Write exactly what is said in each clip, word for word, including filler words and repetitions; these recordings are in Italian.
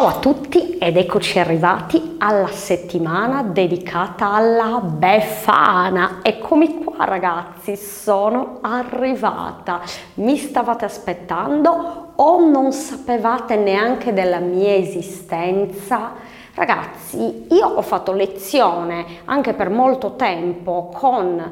Ciao a tutti ed eccoci arrivati alla settimana dedicata alla Befana. Eccomi qua ragazzi, sono arrivata. Mi stavate aspettando o non sapevate neanche della mia esistenza? Ragazzi, io ho fatto lezione anche per molto tempo con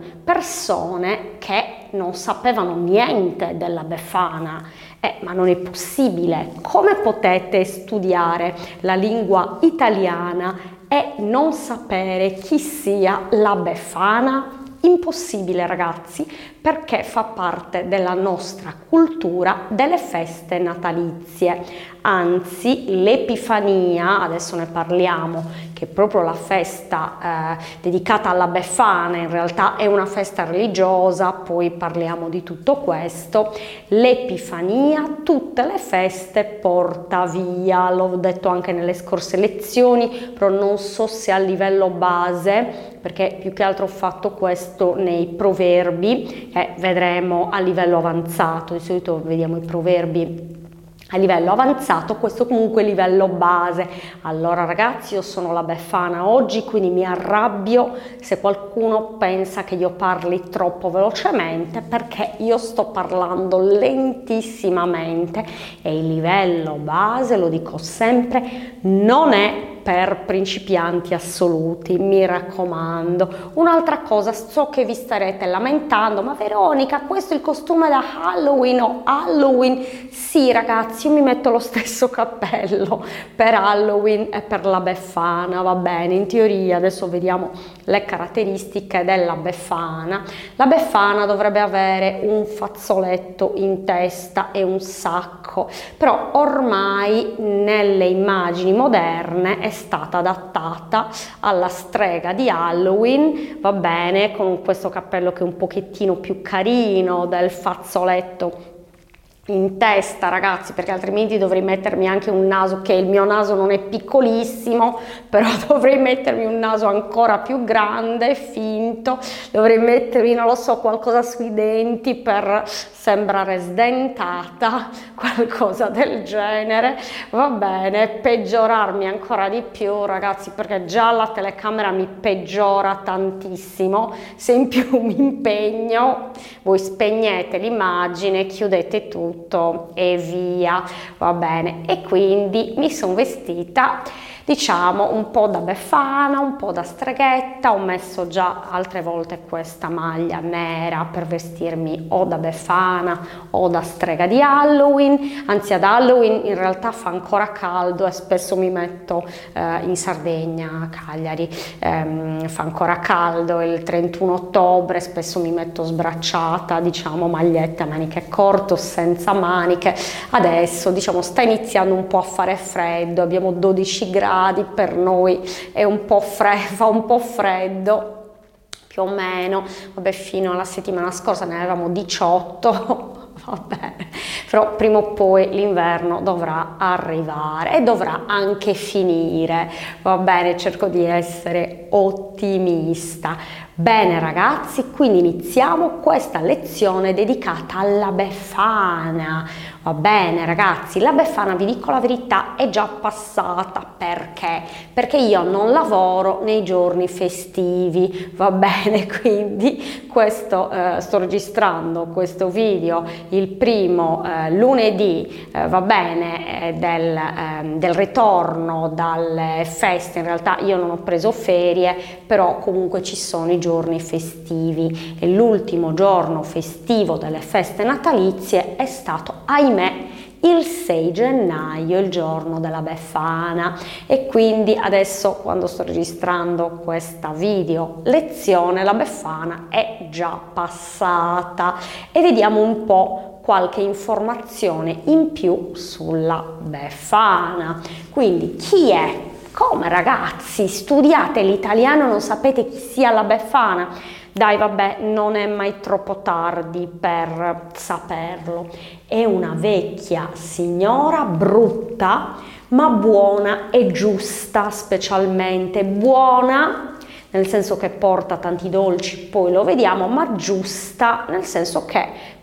persone che non sapevano niente della Befana. Eh, ma non è possibile. Come potete studiare la lingua italiana e non sapere chi sia la Befana? Impossibile ragazzi, perché fa parte della nostra cultura delle feste natalizie. Anzi, l'Epifania, adesso ne parliamo, che è proprio la festa eh, dedicata alla Befana, in realtà è una festa religiosa, poi parliamo di tutto questo. L'Epifania, tutte le feste porta via, l'ho detto anche nelle scorse lezioni, però non so se a livello base, perché più che altro ho fatto questo nei proverbi, eh, vedremo a livello avanzato, di solito vediamo i proverbi a livello avanzato, questo comunque è livello base. Allora ragazzi, io sono la Befana oggi, quindi mi arrabbio se qualcuno pensa che io parli troppo velocemente, perché io sto parlando lentissimamente e il livello base, lo dico sempre, non è per principianti assoluti, mi raccomando. Un'altra cosa, so che vi starete lamentando, ma Veronica, questo è il costume da Halloween o Halloween? Sì ragazzi, io mi metto lo stesso cappello per Halloween e per la Befana, va bene, in teoria. Adesso vediamo le caratteristiche della Befana. La Befana dovrebbe avere un fazzoletto in testa e un sacco, però ormai nelle immagini moderne è stata adattata alla strega di Halloween, va bene, con questo cappello che è un pochettino più carino del fazzoletto in testa ragazzi, perché altrimenti dovrei mettermi anche un naso, che il mio naso non è piccolissimo, però dovrei mettermi un naso ancora più grande, finto, dovrei mettermi, non lo so, qualcosa sui denti per sembrare sdentata, qualcosa del genere, va bene, peggiorarmi ancora di più ragazzi, perché già la telecamera mi peggiora tantissimo, se in più mi impegno, voi spegnete l'immagine, chiudete tutto e via, va bene. E quindi mi sono vestita, diciamo, un po' da Befana, un po' da streghetta. Ho messo già altre volte questa maglia nera per vestirmi o da Befana o da strega di Halloween. Anzi, ad Halloween in realtà fa ancora caldo e spesso mi metto eh, in Sardegna, a Cagliari, ehm, fa ancora caldo il trentuno ottobre, spesso mi metto sbracciata, diciamo maglietta a maniche corte o senza maniche. Adesso diciamo sta iniziando un po' a fare freddo, abbiamo dodici gradi, per noi è un po' freddo, fa un po' freddo più o meno, vabbè, fino alla settimana scorsa ne avevamo diciotto, va bene, però prima o poi l'inverno dovrà arrivare e dovrà anche finire, va bene, cerco di essere ottimista. Bene ragazzi, quindi iniziamo questa lezione dedicata alla Befana. Va bene ragazzi, la Befana, vi dico la verità, è già passata. Perché? Perché io non lavoro nei giorni festivi, va bene, quindi questo, eh, sto registrando questo video il primo eh, lunedì, eh, va bene, eh, del, eh, del ritorno dalle feste. In realtà io non ho preso ferie, però comunque ci sono i giorni giorni festivi e l'ultimo giorno festivo delle feste natalizie è stato, ahimè, il sei gennaio, il giorno della Befana. E quindi adesso, quando sto registrando questa video lezione, la Befana è già passata e vediamo un po' qualche informazione in più sulla Befana. Quindi chi è? Come ragazzi, studiate l'italiano, non sapete chi sia la Befana? Dai, vabbè, non è mai troppo tardi per saperlo. È una vecchia signora brutta, ma buona e giusta, specialmente buona nel senso che porta tanti dolci, poi lo vediamo, ma giusta nel senso che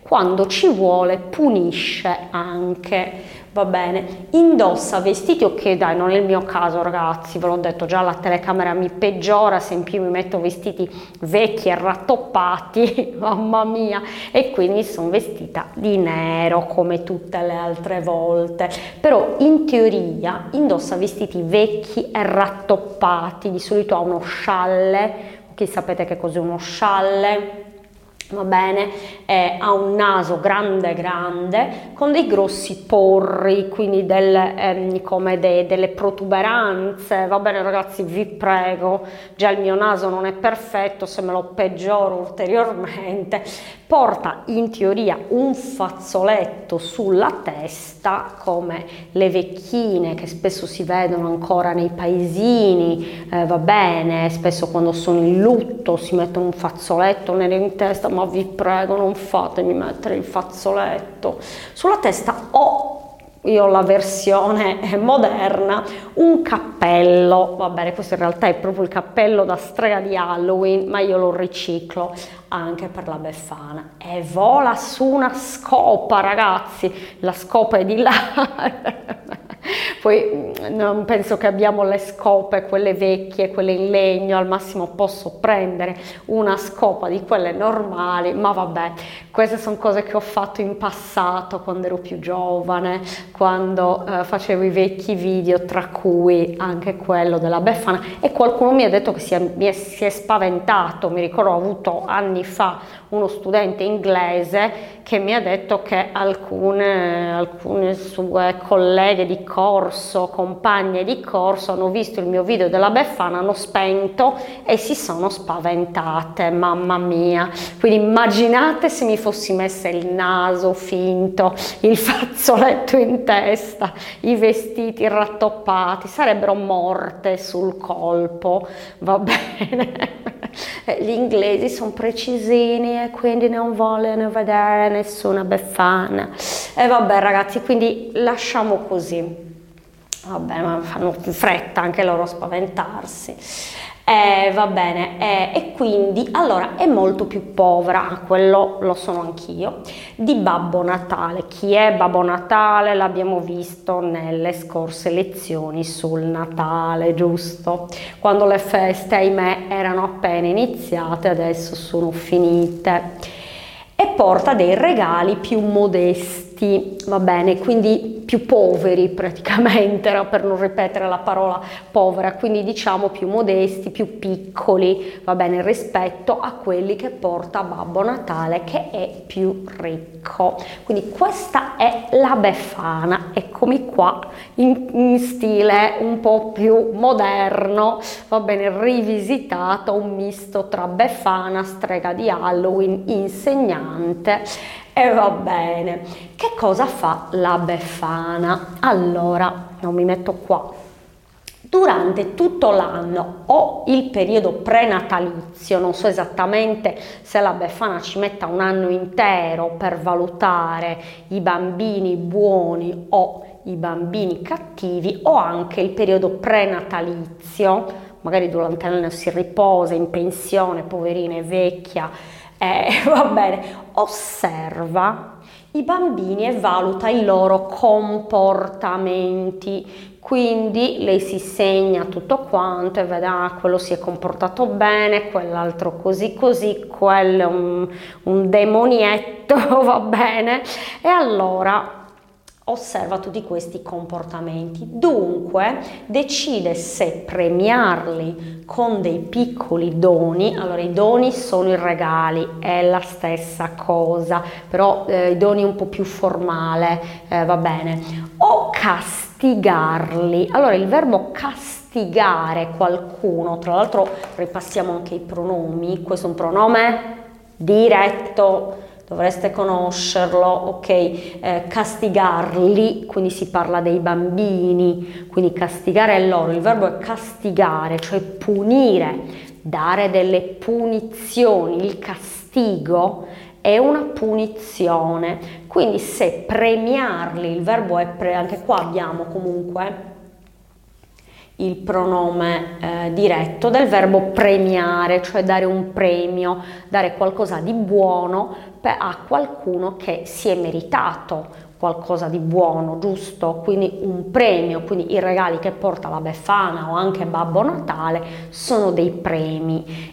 quando ci vuole punisce anche. Va bene, indossa vestiti, ok dai, non è il mio caso ragazzi, ve l'ho detto già, la telecamera mi peggiora, se in più mi metto vestiti vecchi e rattoppati, mamma mia, e quindi sono vestita di nero come tutte le altre volte, però in teoria indossa vestiti vecchi e rattoppati, di solito ha uno scialle, ok, sapete che cos'è uno scialle? Va bene, eh, ha un naso grande grande con dei grossi porri, quindi del, ehm, come de, delle protuberanze. Va bene ragazzi, vi prego, già il mio naso non è perfetto, se me lo peggioro ulteriormente. Porta in teoria un fazzoletto sulla testa come le vecchine che spesso si vedono ancora nei paesini, eh, va bene, spesso quando sono in lutto si mettono un fazzoletto nero in testa, ma vi prego non fatemi mettere il fazzoletto sulla testa. O io ho la versione moderna, un cappello, va bene, questo in realtà è proprio il cappello da strega di Halloween, ma io lo riciclo anche per la Befana, e vola su una scopa ragazzi, la scopa è di là. Poi non penso che abbiamo le scope, quelle vecchie, quelle in legno, al massimo posso prendere una scopa di quelle normali, ma vabbè, queste sono cose che ho fatto in passato quando ero più giovane, quando eh, facevo i vecchi video, tra cui anche quello della Befana, e qualcuno mi ha detto che si è, mi è, si è spaventato. Mi ricordo, ho avuto anni fa uno studente inglese che mi ha detto che alcune, alcune sue colleghe di corso, compagne di corso, hanno visto il mio video della Befana, hanno spento e si sono spaventate, mamma mia. Quindi immaginate se mi fossi messa il naso finto, il fazzoletto in testa, i vestiti rattoppati, sarebbero morte sul colpo, va bene. Gli inglesi sono precisini e quindi non vogliono vedere nessuna Befana. E vabbè ragazzi, quindi lasciamo così. Vabbè, ma fanno fretta anche loro a spaventarsi. Eh, va bene, eh, e quindi allora è molto più povera, quello lo sono anch'io, di Babbo Natale. Chi è Babbo Natale? L'abbiamo visto nelle scorse lezioni sul Natale, giusto? Quando le feste, ahimè, erano appena iniziate, adesso sono finite. E porta dei regali più modesti, va bene, quindi più poveri praticamente, era per non ripetere la parola povera, quindi diciamo più modesti, più piccoli, va bene, rispetto a quelli che porta Babbo Natale, che è più ricco. Quindi questa è la Befana, eccomi qua, in, in stile un po' più moderno, va bene, rivisitato, un misto tra Befana, strega di Halloween, insegnante. E va bene, che cosa fa la Befana? Allora, non mi metto qua. Durante tutto l'anno o il periodo prenatalizio, non so esattamente se la Befana ci metta un anno intero per valutare i bambini buoni o i bambini cattivi, o anche il periodo prenatalizio, magari durante l'anno si riposa in pensione, poverina, è vecchia, eh, va bene, osserva i bambini e valuta i loro comportamenti. Quindi lei si segna tutto quanto e vede, ah, quello si è comportato bene, quell'altro così così, quello è un, un demonietto, va bene, e allora osserva tutti questi comportamenti. Dunque decide se premiarli con dei piccoli doni. Allora i doni sono i regali, è la stessa cosa, però eh, i doni un po' più formale, eh, va bene, o castigarli. Allora il verbo castigare qualcuno, tra l'altro ripassiamo anche i pronomi, questo è un pronome diretto, dovreste conoscerlo, ok? Eh, castigarli, quindi si parla dei bambini, quindi castigare loro, il verbo è castigare, cioè punire, dare delle punizioni, il castigo è una punizione, quindi se premiarli, il verbo è pre, anche qua abbiamo comunque il pronome eh, diretto del verbo premiare, cioè dare un premio, dare qualcosa di buono per, a qualcuno che si è meritato qualcosa di buono, giusto? Quindi un premio, quindi i regali che porta la Befana o anche Babbo Natale sono dei premi.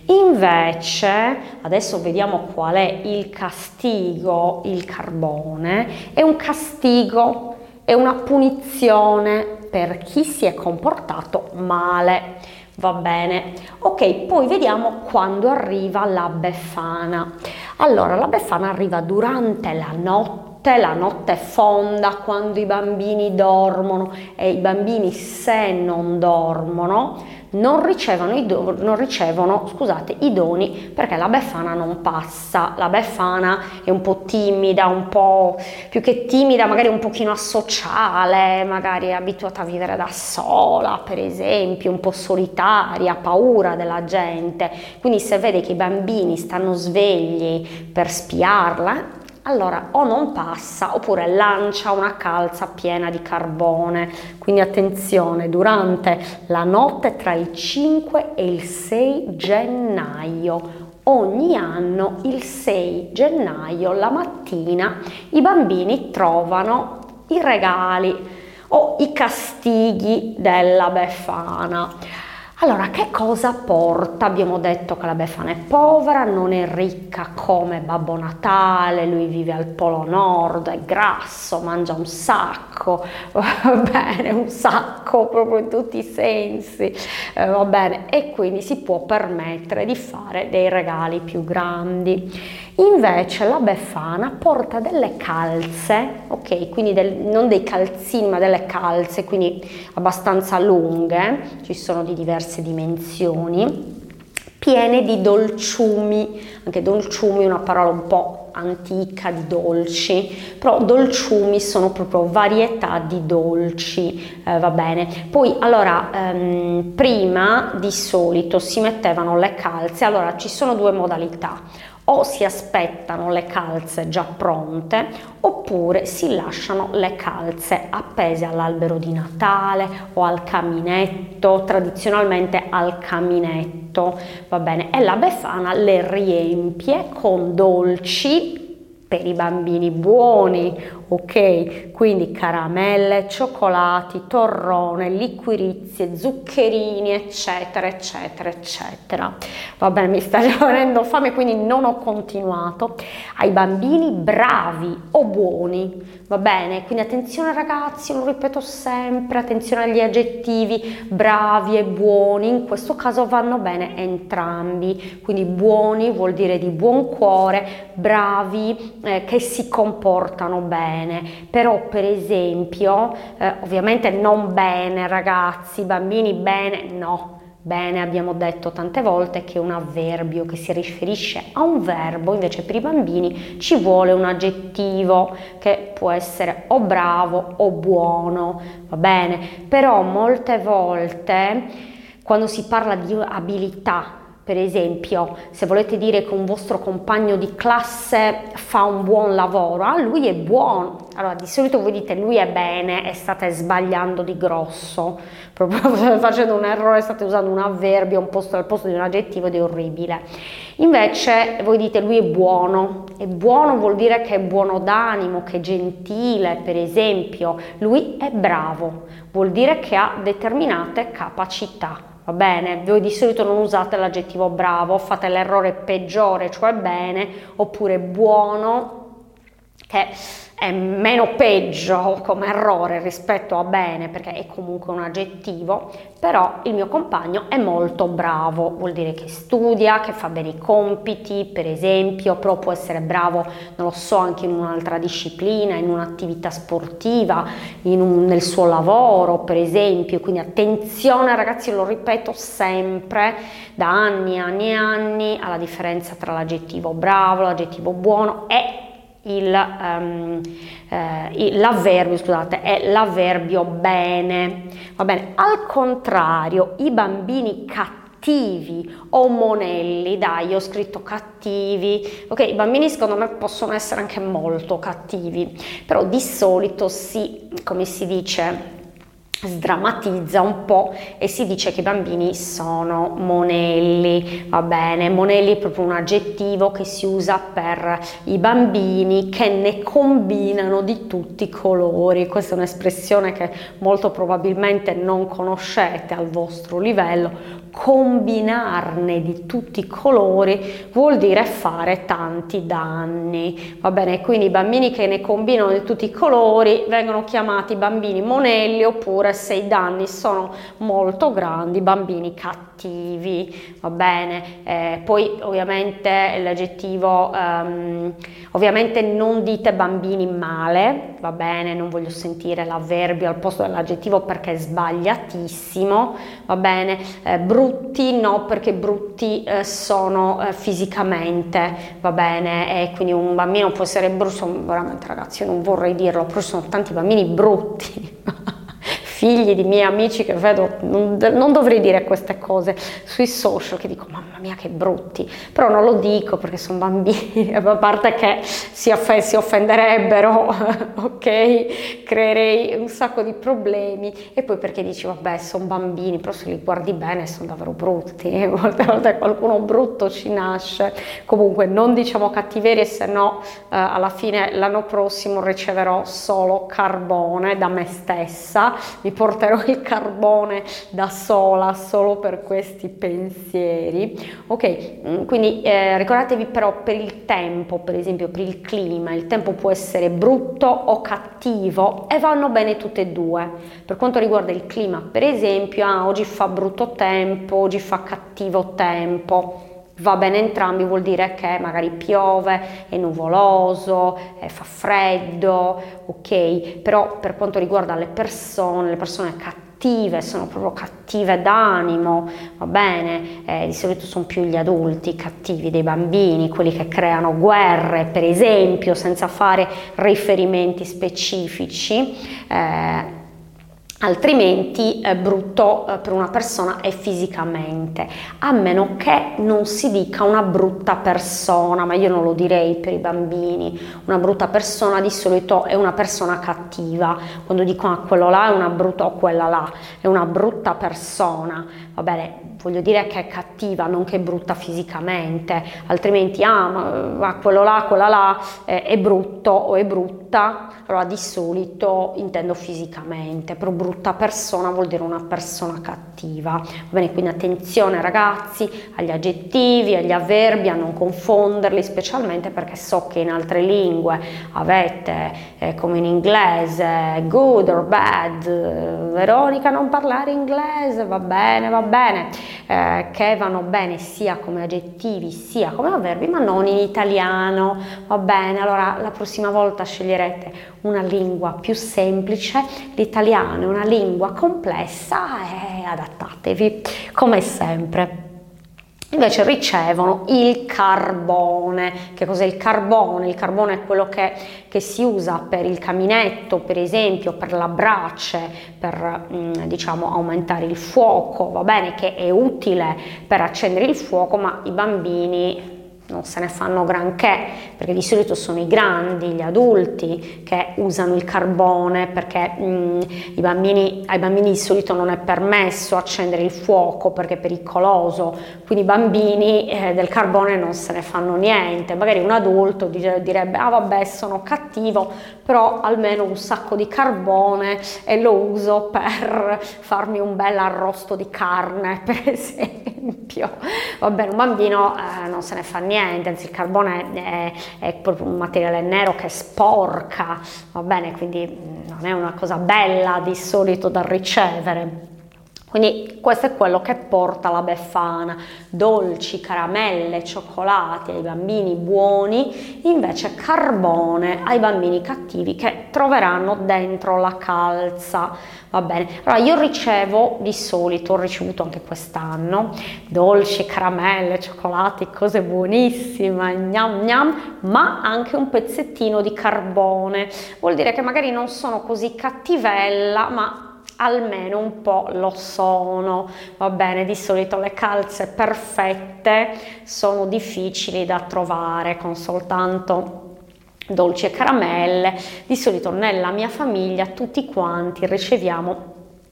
Invece, adesso vediamo qual è il castigo, il carbone, è un castigo, è una punizione per chi si è comportato male. Va bene, ok, poi vediamo quando arriva la Befana. Allora, la Befana arriva durante la notte, la notte fonda, quando i bambini dormono, e i bambini, se non dormono, non ricevono, i, do, non ricevono scusate, i doni, perché la Befana non passa. La Befana è un po' timida, un po' più che timida, magari un pochino asociale, magari è abituata a vivere da sola, per esempio, un po' solitaria, ha paura della gente. Quindi se vede che i bambini stanno svegli per spiarla, allora o non passa oppure lancia una calza piena di carbone. Quindi attenzione, durante la notte tra il cinque e il sei gennaio, ogni anno il sei gennaio la mattina i bambini trovano i regali o i castighi della Befana. Allora, che cosa porta? Abbiamo detto che la Befana è povera, non è ricca come Babbo Natale, lui vive al Polo Nord, è grasso, mangia un sacco, va bene, un sacco proprio in tutti i sensi, eh, va bene, e quindi si può permettere di fare dei regali più grandi. Invece la Befana porta delle calze, ok, quindi del, non dei calzini ma delle calze, quindi abbastanza lunghe, ci sono di diverse dimensioni, piene di dolciumi. Anche dolciumi è una parola un po' antica di dolci, però dolciumi sono proprio varietà di dolci, eh, va bene. Poi allora ehm, prima di solito si mettevano le calze, allora ci sono due modalità: o si aspettano le calze già pronte oppure si lasciano le calze appese all'albero di Natale o al caminetto, tradizionalmente al caminetto, va bene, e la Befana le riempie con dolci per i bambini buoni, ok? Quindi caramelle, cioccolati, torrone, liquirizie, zuccherini, eccetera, eccetera, eccetera. Va bene, mi sta già venendo fame, quindi non ho continuato. Ai bambini bravi o buoni, va bene? Quindi attenzione ragazzi, lo ripeto sempre, attenzione agli aggettivi bravi e buoni, in questo caso vanno bene entrambi. Quindi buoni vuol dire di buon cuore, bravi eh, che si comportano bene. Però per esempio eh, ovviamente non bene ragazzi, bambini bene no, bene abbiamo detto tante volte che è un avverbio che si riferisce a un verbo, invece per i bambini ci vuole un aggettivo che può essere o bravo o buono, va bene, però molte volte quando si parla di abilità, per esempio, se volete dire che un vostro compagno di classe fa un buon lavoro, ah, lui è buono, allora di solito voi dite lui è bene e state sbagliando di grosso, proprio facendo un errore, state usando un avverbio un posto al posto di un aggettivo ed è orribile. Invece voi dite lui è buono, e buono vuol dire che è buono d'animo, che è gentile, per esempio, lui è bravo, vuol dire che ha determinate capacità. Va bene, voi di solito non usate l'aggettivo bravo, fate l'errore peggiore, cioè bene, oppure buono, che è meno peggio come errore rispetto a bene, perché è comunque un aggettivo, però il mio compagno è molto bravo, vuol dire che studia, che fa bene i compiti, per esempio, però può essere bravo, non lo so, anche in un'altra disciplina, in un'attività sportiva, in un, nel suo lavoro, per esempio. Quindi attenzione ragazzi, lo ripeto sempre, da anni e anni e anni, alla differenza tra l'aggettivo bravo, l'aggettivo buono e il, um, eh, l'avverbio, scusate, è l'avverbio bene, va bene. Al contrario, i bambini cattivi o monelli, dai, io ho scritto cattivi, ok, i bambini secondo me possono essere anche molto cattivi, però di solito si, come si dice, sdrammatizza un po' e si dice che i bambini sono monelli, va bene? Monelli è proprio un aggettivo che si usa per i bambini che ne combinano di tutti i colori. Questa è un'espressione che molto probabilmente non conoscete al vostro livello. Combinarne di tutti i colori vuol dire fare tanti danni, va bene? Quindi i bambini che ne combinano di tutti i colori vengono chiamati bambini monelli, oppure se i danni sono molto grandi, bambini cattivi, va bene? Eh, poi ovviamente l'aggettivo, um, ovviamente non dite bambini male, va bene? Non voglio sentire l'avverbio al posto dell'aggettivo perché è sbagliatissimo, va bene? Eh, brutti no, perché brutti eh, sono eh, fisicamente, va bene? E quindi un bambino può essere brutto, veramente ragazzi, io non vorrei dirlo, però ci sono tanti bambini brutti. Figli di miei amici che vedo, non, non dovrei dire queste cose sui social, che dico mamma mia che brutti, però non lo dico perché sono bambini, a parte che si, off- si offenderebbero, ok, creerei un sacco di problemi, e poi perché dici vabbè sono bambini, però se li guardi bene sono davvero brutti, molte volte qualcuno brutto ci nasce. Comunque non diciamo cattiverie, se no eh, alla fine l'anno prossimo riceverò solo carbone da me stessa, mi porterò il carbone da sola solo per questi pensieri. Ok, quindi eh, ricordatevi però per il tempo, per esempio per il clima, il tempo può essere brutto o cattivo e vanno bene tutte e due. Per quanto riguarda il clima, per esempio, ah, oggi fa brutto tempo, oggi fa cattivo tempo. Va bene entrambi, vuol dire che magari piove, è nuvoloso, eh, fa freddo, ok? Però per quanto riguarda le persone, le persone cattive, sono proprio cattive d'animo, va bene? Eh, di solito sono più gli adulti cattivi dei bambini, quelli che creano guerre, per esempio, senza fare riferimenti specifici. Eh, Altrimenti è brutto per una persona è fisicamente, a meno che non si dica una brutta persona, ma io non lo direi per i bambini. Una brutta persona di solito è una persona cattiva. Quando dicono ah, quello là è una brutta, o quella là è una brutta persona, va bene, voglio dire che è cattiva, non che è brutta fisicamente, altrimenti ah, ma quello là, quella là è, è brutto o è brutta, allora di solito intendo fisicamente, però brutta persona vuol dire una persona cattiva, va bene? Quindi attenzione ragazzi agli aggettivi, agli avverbi, a non confonderli, specialmente perché so che in altre lingue avete, eh, come in inglese, good or bad, Veronica non parlare inglese, va bene, va bene, eh, che vanno bene sia come aggettivi sia come avverbi, ma non in italiano, va bene? Allora la prossima volta sceglierete una lingua più semplice, l'italiano è una lingua complessa e adattatevi come sempre. Invece ricevono il carbone. Che cos'è il carbone? Il carbone è quello che, che si usa per il caminetto, per esempio, per la brace, per diciamo aumentare il fuoco, va bene, che è utile per accendere il fuoco, ma i bambini non se ne fanno granché, perché di solito sono i grandi, gli adulti che usano il carbone, perché mh, i bambini, ai bambini di solito non è permesso accendere il fuoco perché è pericoloso, quindi i bambini eh, del carbone non se ne fanno niente. Magari un adulto direbbe ah vabbè sono cattivo, però almeno un sacco di carbone e lo uso per farmi un bel arrosto di carne, per esempio. Va bene, un bambino eh, non se ne fa niente, anzi il carbone è, è proprio un materiale nero che sporca, va bene, quindi non è una cosa bella di solito da ricevere. Quindi questo è quello che porta la Befana: dolci, caramelle, cioccolati ai bambini buoni, invece carbone ai bambini cattivi che troveranno dentro la calza, va bene? Allora io ricevo di solito, ho ricevuto anche quest'anno, dolci, caramelle, cioccolati, cose buonissime, gnam gnam, ma anche un pezzettino di carbone. Vuol dire che magari non sono così cattivella, ma almeno un po' lo sono, va bene? Di solito le calze perfette sono difficili da trovare con soltanto dolci e caramelle. Di solito nella mia famiglia tutti quanti riceviamo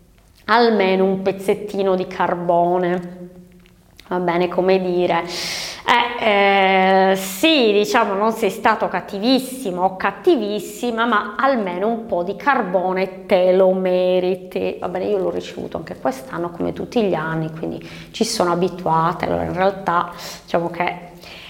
almeno un pezzettino di carbone. Va bene, come dire, eh, eh, sì, diciamo, non sei stato cattivissimo o cattivissima, ma almeno un po' di carbone te lo meriti. Va bene, io l'ho ricevuto anche quest'anno come tutti gli anni, quindi ci sono abituata. Allora, in realtà, diciamo che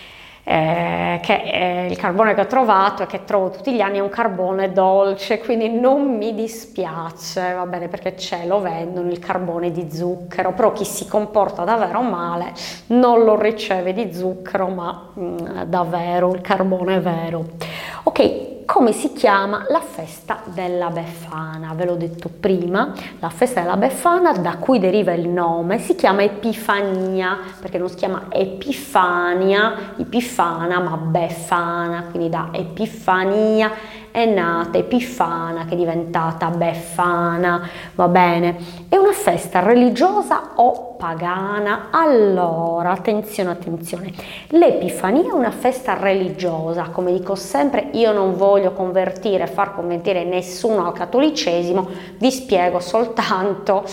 Eh, che eh, il carbone che ho trovato e che trovo tutti gli anni è un carbone dolce, quindi non mi dispiace, va bene, perché c'è, lo vendono il carbone di zucchero, però chi si comporta davvero male non lo riceve di zucchero, ma mh, davvero il carbone vero. Ok, come si chiama la festa della Befana? Ve l'ho detto prima, la festa della Befana, da cui deriva il nome, si chiama Epifania, perché non si chiama Epifania, Epifana, ma Befana, quindi da Epifania è nata Epifana che è diventata Befana, va bene? È una festa religiosa o pagana? Allora, attenzione, attenzione, l'Epifania è una festa religiosa, come dico sempre, io non voglio convertire, far convertire nessuno al cattolicesimo, vi spiego soltanto,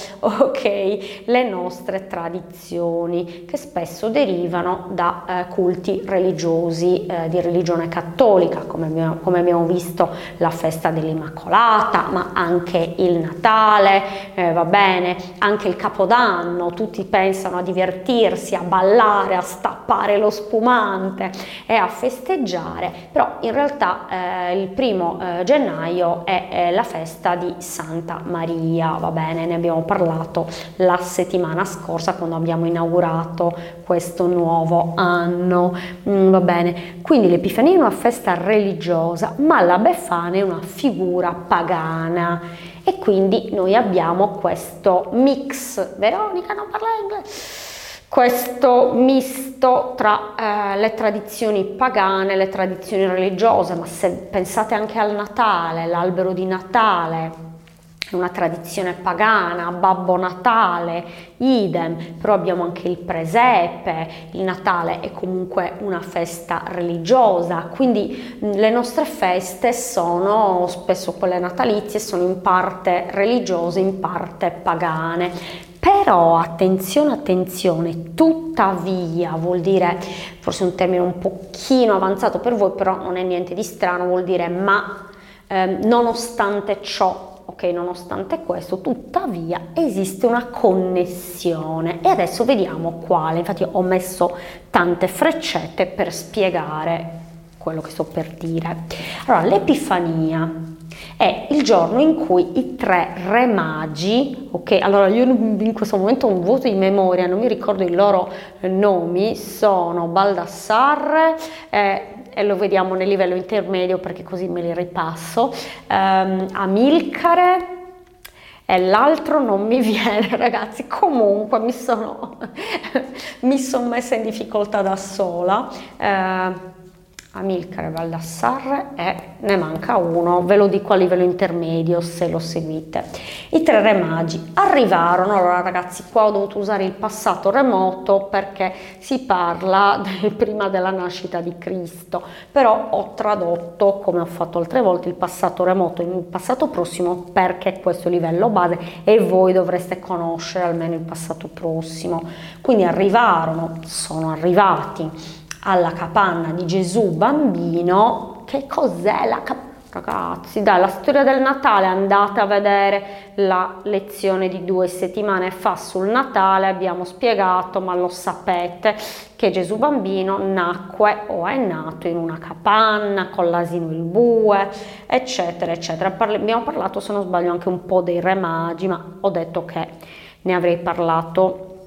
ok, le nostre tradizioni che spesso derivano da eh, culti religiosi eh, di religione cattolica, come abbiamo, come abbiamo visto la festa dell'Immacolata, ma anche il Natale, eh, va bene, anche il Capodanno, tutti pensano a divertirsi, a ballare, a stappare lo spumante e a festeggiare, però in realtà eh, il primo eh, gennaio è, è la festa di Santa Maria, va bene, ne abbiamo parlato la settimana scorsa quando abbiamo inaugurato questo nuovo anno, mm, va bene, quindi l'Epifania è una festa religiosa, ma la Befana è una figura pagana e quindi noi abbiamo questo mix, Veronica non parla inglese, questo misto tra eh, le tradizioni pagane e le tradizioni religiose, ma se pensate anche al Natale, l'albero di Natale è una tradizione pagana, Babbo Natale, idem, però abbiamo anche il presepe, il Natale è comunque una festa religiosa, quindi le nostre feste sono, spesso quelle natalizie, sono in parte religiose, in parte pagane. Però attenzione, attenzione, tuttavia vuol dire, forse un termine un pochino avanzato per voi, però non è niente di strano, vuol dire ma eh, nonostante ciò, ok, nonostante questo, tuttavia esiste una connessione e adesso vediamo quale. Infatti ho messo tante freccette per spiegare quello che sto per dire. Allora, l'Epifania è il giorno in cui i tre re magi, ok, allora io in questo momento ho un vuoto di memoria, non mi ricordo i loro nomi, sono Baldassarre, eh, e lo vediamo nel livello intermedio perché così me li ripasso, um, Amilcare e l'altro non mi viene, ragazzi, comunque mi sono, mi sono messa in difficoltà da sola. Uh, Amilcare, Baldassarre e ne manca uno, ve lo dico a livello intermedio se lo seguite. I tre re magi arrivarono, allora ragazzi qua ho dovuto usare il passato remoto perché si parla del prima della nascita di Cristo, però ho tradotto, come ho fatto altre volte, il passato remoto in un passato prossimo perché questo è il livello base e voi dovreste conoscere almeno il passato prossimo. Quindi arrivarono, sono arrivati alla capanna di Gesù bambino. Che cos'è la capanna? Ragazzi, dai, la storia del Natale, andate a vedere la lezione di due settimane fa sul Natale, abbiamo spiegato, ma lo sapete, che Gesù bambino nacque o è nato in una capanna con l'asino e il bue, eccetera, eccetera. Parli, abbiamo parlato, se non sbaglio, anche un po' dei re magi, ma ho detto che ne avrei parlato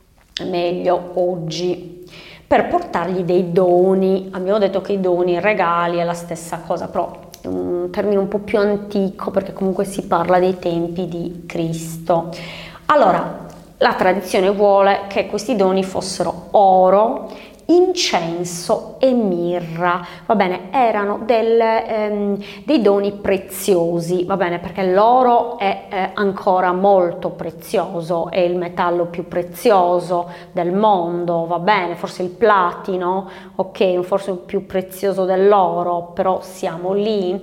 meglio oggi, per portargli dei doni. Abbiamo detto che i doni, i regali è la stessa cosa, però è un termine un po' più antico perché comunque si parla dei tempi di Cristo. Allora, la tradizione vuole che questi doni fossero oro, incenso e mirra, va bene, erano del, ehm, dei doni preziosi, va bene, perché l'oro è eh, ancora molto prezioso, è il metallo più prezioso del mondo, va bene, forse il platino, ok, forse più prezioso dell'oro, però siamo lì.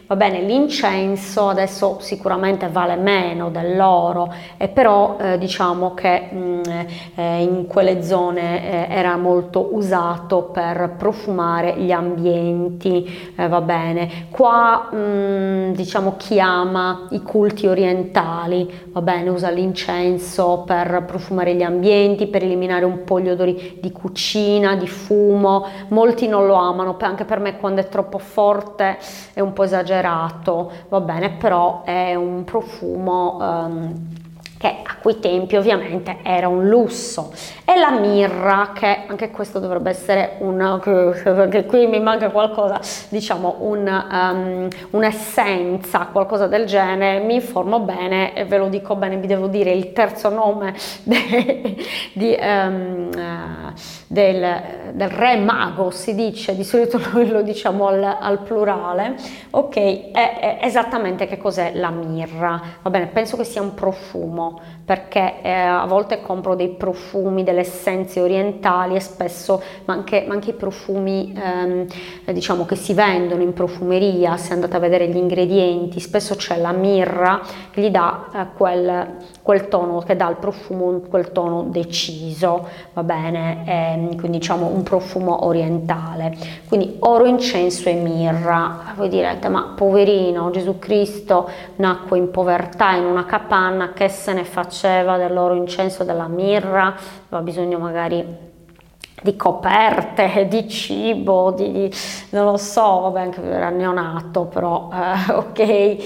Va bene, l'incenso adesso sicuramente vale meno dell'oro, eh, però eh, diciamo che mh, eh, in quelle zone eh, era molto usato per profumare gli ambienti, eh, va bene. Qua mh, diciamo chi ama i culti orientali, va bene, usa l'incenso per profumare gli ambienti, per eliminare un po' gli odori di cucina, di fumo. Molti non lo amano, anche per me quando è troppo forte è un po' esagerato, va bene, però è un profumo um, che a quei tempi ovviamente era un lusso. E la mirra, che anche questo dovrebbe essere una, che qui mi manca qualcosa, diciamo un, um, un'essenza, qualcosa del genere, mi informo bene e ve lo dico bene, vi devo dire il terzo nome de, di, um, uh, del, del re mago, si dice, di solito noi lo diciamo al, al plurale, ok, è, è esattamente che cos'è la mirra, va bene, penso che sia un profumo, perché eh, a volte compro dei profumi, delle essenze orientali e spesso, ma anche, ma anche i profumi ehm, diciamo che si vendono in profumeria, se andate a vedere gli ingredienti, spesso c'è la mirra che gli dà eh, quel, quel tono, che dà al profumo quel tono deciso, va bene, ehm, quindi diciamo un profumo orientale. Quindi oro, incenso e mirra. Voi direte, ma poverino Gesù Cristo nacque in povertà in una capanna, che se ne faceva dell'oro, incenso, della mirra? Aveva bisogno magari di coperte, di cibo, di, di non lo so, vabbè, anche era neonato, però eh, ok,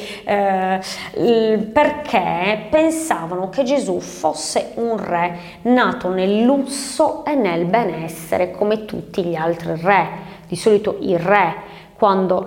eh, perché pensavano che Gesù fosse un re nato nel lusso e nel benessere come tutti gli altri re. Di solito i re, quando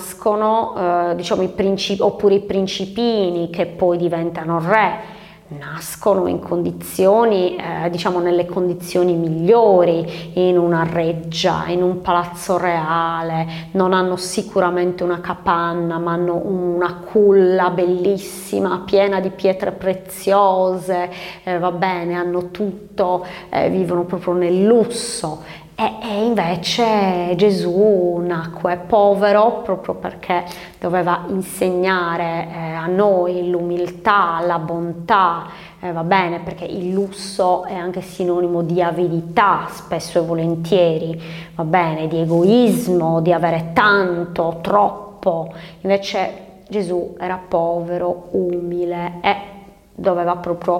nascono, eh, diciamo i principi, oppure i principini che poi diventano re, nascono in condizioni, eh, diciamo nelle condizioni migliori, in una reggia, in un palazzo reale, non hanno sicuramente una capanna, ma hanno una culla bellissima, piena di pietre preziose, eh, va bene, hanno tutto, eh, vivono proprio nel lusso. E, e invece Gesù nacque povero proprio perché doveva insegnare eh, a noi l'umiltà, la bontà, eh, va bene, perché il lusso è anche sinonimo di avidità, spesso e volentieri, va bene, di egoismo, di avere tanto, troppo. Invece Gesù era povero, umile e doveva proprio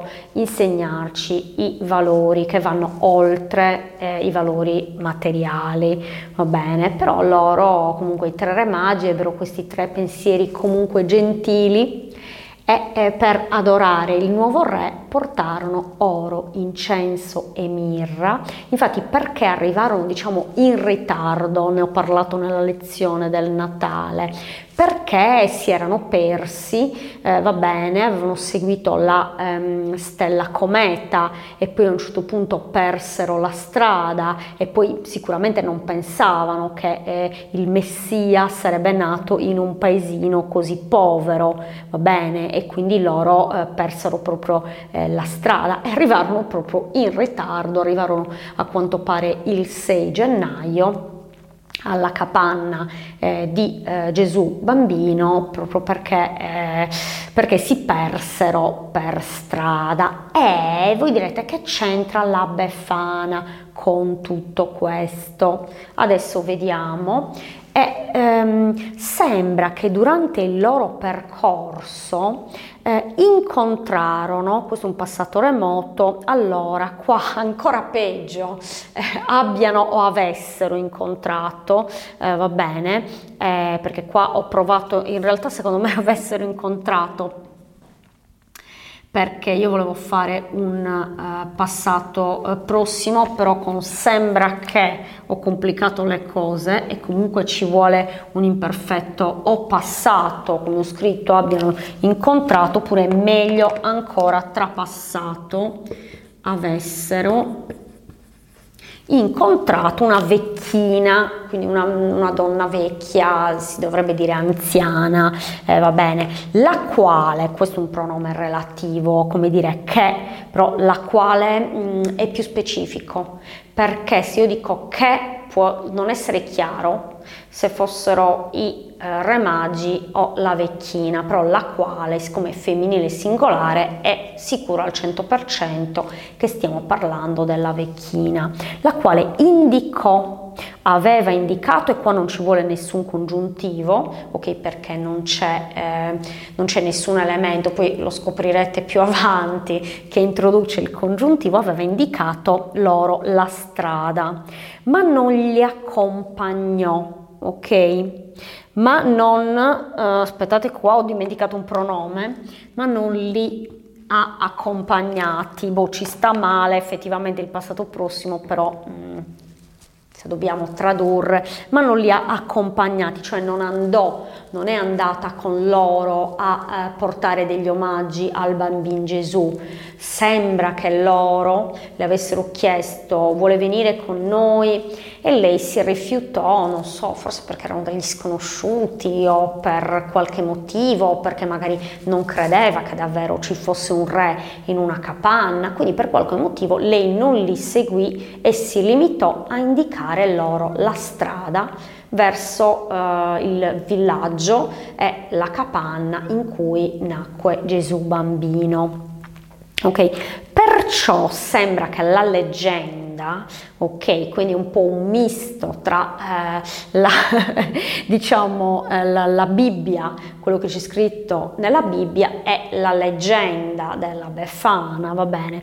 insegnarci i valori che vanno oltre eh, i valori materiali, va bene, però loro, comunque i tre re magi, ebbero questi tre pensieri comunque gentili e eh, per adorare il nuovo re portarono oro, incenso e mirra. Infatti, perché arrivarono diciamo in ritardo, ne ho parlato nella lezione del Natale, perché si erano persi, eh, va bene, avevano seguito la ehm, stella cometa e poi a un certo punto persero la strada e poi sicuramente non pensavano che eh, il Messia sarebbe nato in un paesino così povero, va bene, e quindi loro eh, persero proprio eh, la strada e arrivarono proprio in ritardo, arrivarono a quanto pare il sei gennaio alla capanna eh, di eh, Gesù bambino, proprio perché, eh, perché si persero per strada. E voi direte, che c'entra la Befana con tutto questo? Adesso vediamo. E ehm, sembra che durante il loro percorso eh, incontrarono, questo è un passato remoto, allora qua ancora peggio, eh, abbiano o avessero incontrato, eh, va bene, eh, perché qua ho provato, in realtà secondo me avessero incontrato, perché io volevo fare un uh, passato uh, prossimo, però con sembra che ho complicato le cose e comunque ci vuole un imperfetto o passato, come ho scritto, abbiano incontrato, oppure meglio ancora trapassato, avessero incontrato una vecchina, quindi una, una donna vecchia, si dovrebbe dire anziana, eh, va bene, la quale, questo è un pronome relativo, come dire che, però la quale mh, è più specifico, perché se io dico che può non essere chiaro, se fossero i eh, re magi o la vecchina, però la quale, siccome è femminile singolare, è sicuro al cento per cento che stiamo parlando della vecchina, la quale indicò, aveva indicato, e qua non ci vuole nessun congiuntivo, ok, perché non c'è eh, non c'è nessun elemento, poi lo scoprirete più avanti, che introduce il congiuntivo, aveva indicato loro la strada, ma non li accompagnò, ok? Ma non, eh, aspettate, qua ho dimenticato un pronome, ma non li ha accompagnati. Boh, ci sta male effettivamente il passato prossimo, però mh, se dobbiamo tradurre, ma non li ha accompagnati, cioè non andò, non è andata con loro a eh, portare degli omaggi al bambino Gesù. Sembra che loro le avessero chiesto: vuole venire con noi? E lei si rifiutò, non so, forse perché erano degli sconosciuti o per qualche motivo, o perché magari non credeva che davvero ci fosse un re in una capanna, quindi per qualche motivo lei non li seguì e si limitò a indicare loro la strada verso uh, il villaggio e la capanna in cui nacque Gesù bambino. Ok, perciò sembra che la leggenda, ok, quindi un po' un misto tra eh, la, diciamo eh, la, la Bibbia, quello che c'è scritto nella Bibbia, e la leggenda della Befana, va bene,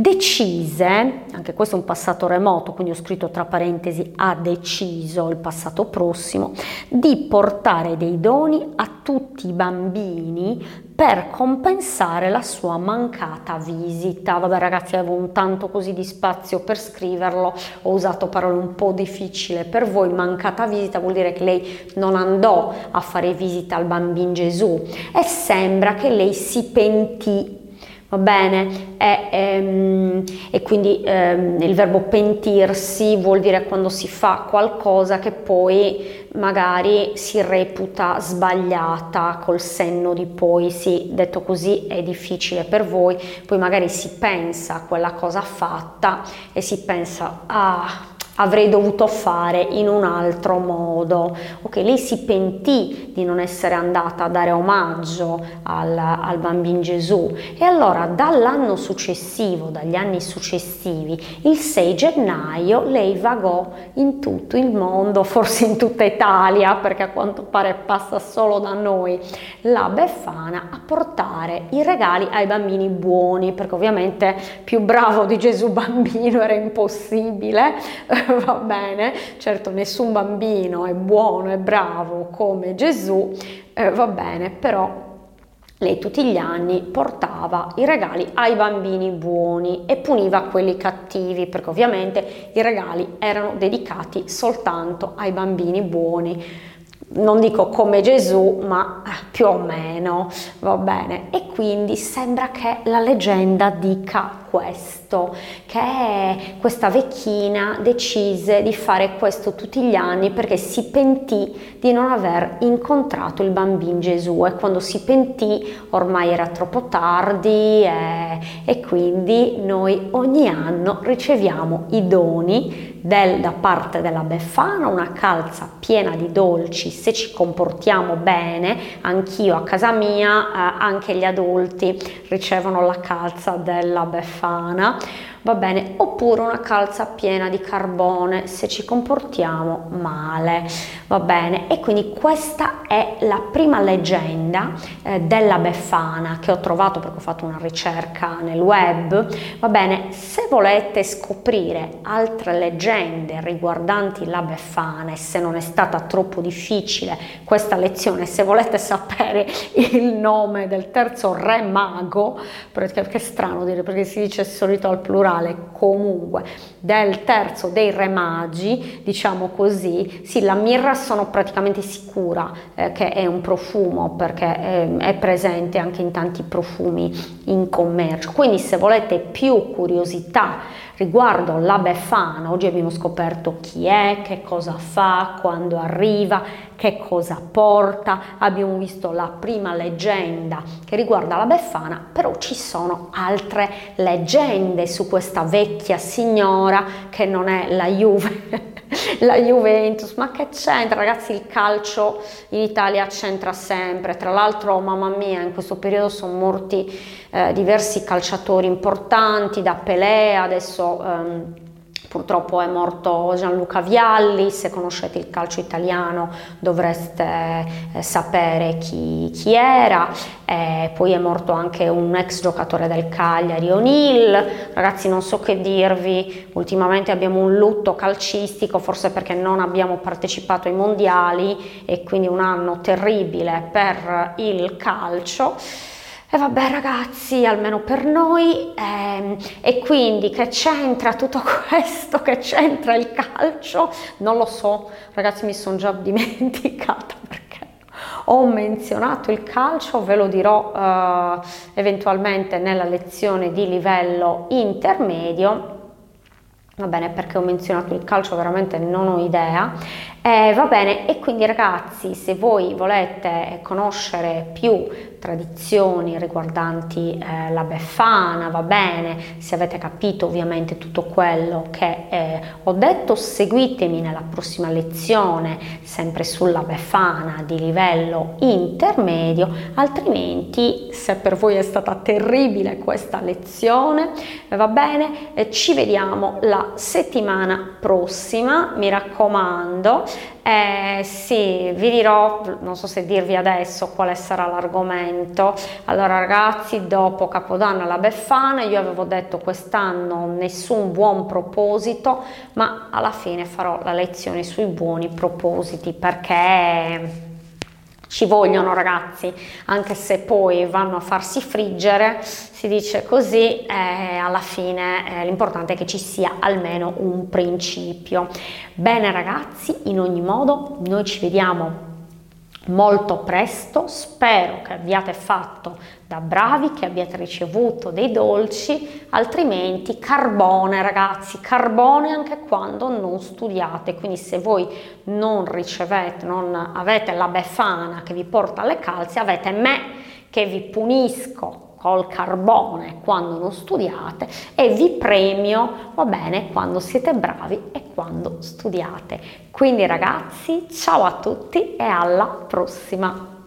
decise, anche questo è un passato remoto, quindi ho scritto tra parentesi ha deciso, il passato prossimo, di portare dei doni a tutti i bambini per compensare la sua mancata visita. Vabbè ragazzi, avevo un tanto così di spazio per scriverlo, ho usato parole un po' difficili per voi. Mancata visita vuol dire che lei non andò a fare visita al bambino Gesù e sembra che lei si pentì. Va bene? E, ehm, e quindi ehm, il verbo pentirsi vuol dire quando si fa qualcosa che poi magari si reputa sbagliata col senno di poi. Sì, detto così è difficile per voi, poi magari si pensa a quella cosa fatta e si pensa: ah, avrei dovuto fare in un altro modo. Ok, lei si pentì di non essere andata a dare omaggio al, al bambino Gesù, e allora dall'anno successivo, dagli anni successivi, il sei gennaio, lei vagò in tutto il mondo, forse in tutta Italia, perché a quanto pare passa solo da noi, la Befana, a portare i regali ai bambini buoni, perché ovviamente più bravo di Gesù bambino era impossibile. Va bene, certo nessun bambino è buono e bravo come Gesù, eh, va bene, però lei tutti gli anni portava i regali ai bambini buoni e puniva quelli cattivi, perché ovviamente i regali erano dedicati soltanto ai bambini buoni. Non dico come Gesù, ma più o meno, va bene. E quindi sembra che la leggenda dica questo, che questa vecchina decise di fare questo tutti gli anni perché si pentì di non aver incontrato il bambino Gesù, e quando si pentì ormai era troppo tardi, e, e quindi noi ogni anno riceviamo i doni del, da parte della Befana, una calza piena di dolci se ci comportiamo bene. Anch'io a casa mia, eh, anche gli adulti ricevono la calza della Befana, va bene, oppure una calza piena di carbone se ci comportiamo male, va bene. E quindi questa è la prima leggenda eh, della Befana che ho trovato, perché ho fatto una ricerca nel web, va bene. Se volete scoprire altre leggende riguardanti la Befana, e se non è stata troppo difficile questa lezione, se volete sapere il nome del terzo re mago, perché è strano dire, perché si dice solito al plurale, comunque del terzo dei re magi, diciamo così. Sì, la mirra sono praticamente sicura eh, che è un profumo, perché eh, è presente anche in tanti profumi in commercio. Quindi se volete più curiosità riguardo la Befana, oggi abbiamo scoperto chi è, che cosa fa, quando arriva, che cosa porta, abbiamo visto la prima leggenda che riguarda la Befana, però ci sono altre leggende su questa vecchia signora che non è la Juve la Juventus, ma che c'entra ragazzi, il calcio in Italia c'entra sempre, tra l'altro mamma mia in questo periodo sono morti eh, diversi calciatori importanti, da Pelé, adesso ehm, purtroppo è morto Gianluca Vialli. Se conoscete il calcio italiano dovreste eh, sapere chi, chi era. Eh, poi è morto anche un ex giocatore del Cagliari, O'Neill. Ragazzi, non so che dirvi, ultimamente abbiamo un lutto calcistico, forse perché non abbiamo partecipato ai mondiali e quindi un anno terribile per il calcio. E vabbè ragazzi, almeno per noi, ehm, e quindi che c'entra tutto questo, che c'entra il calcio? Non lo so, ragazzi, mi sono già dimenticata perché ho menzionato il calcio, ve lo dirò eh, eventualmente nella lezione di livello intermedio. Va bene, perché ho menzionato il calcio veramente non ho idea. Eh, va bene, e quindi ragazzi, se voi volete conoscere più tradizioni riguardanti eh, la Befana, va bene, se avete capito ovviamente tutto quello che eh, ho detto, seguitemi nella prossima lezione sempre sulla Befana di livello intermedio, altrimenti se per voi è stata terribile questa lezione, eh, va bene, eh, ci vediamo la settimana prossima, mi raccomando. Eh, sì, vi dirò, non so se dirvi adesso quale sarà l'argomento. Allora ragazzi, dopo Capodanno alla Befana, io avevo detto quest'anno nessun buon proposito, ma alla fine farò la lezione sui buoni propositi, perché ci vogliono ragazzi, anche se poi vanno a farsi friggere, si dice così, eh, alla fine eh, l'importante è che ci sia almeno un principio. Bene ragazzi, in ogni modo noi ci vediamo molto presto, spero che abbiate fatto da bravi, che abbiate ricevuto dei dolci, altrimenti carbone ragazzi, carbone anche quando non studiate, quindi se voi non ricevete, non avete la Befana che vi porta alle calze, avete me che vi punisco col carbone quando non studiate e vi premio, va bene, quando siete bravi e quando studiate. Quindi ragazzi, ciao a tutti e alla prossima!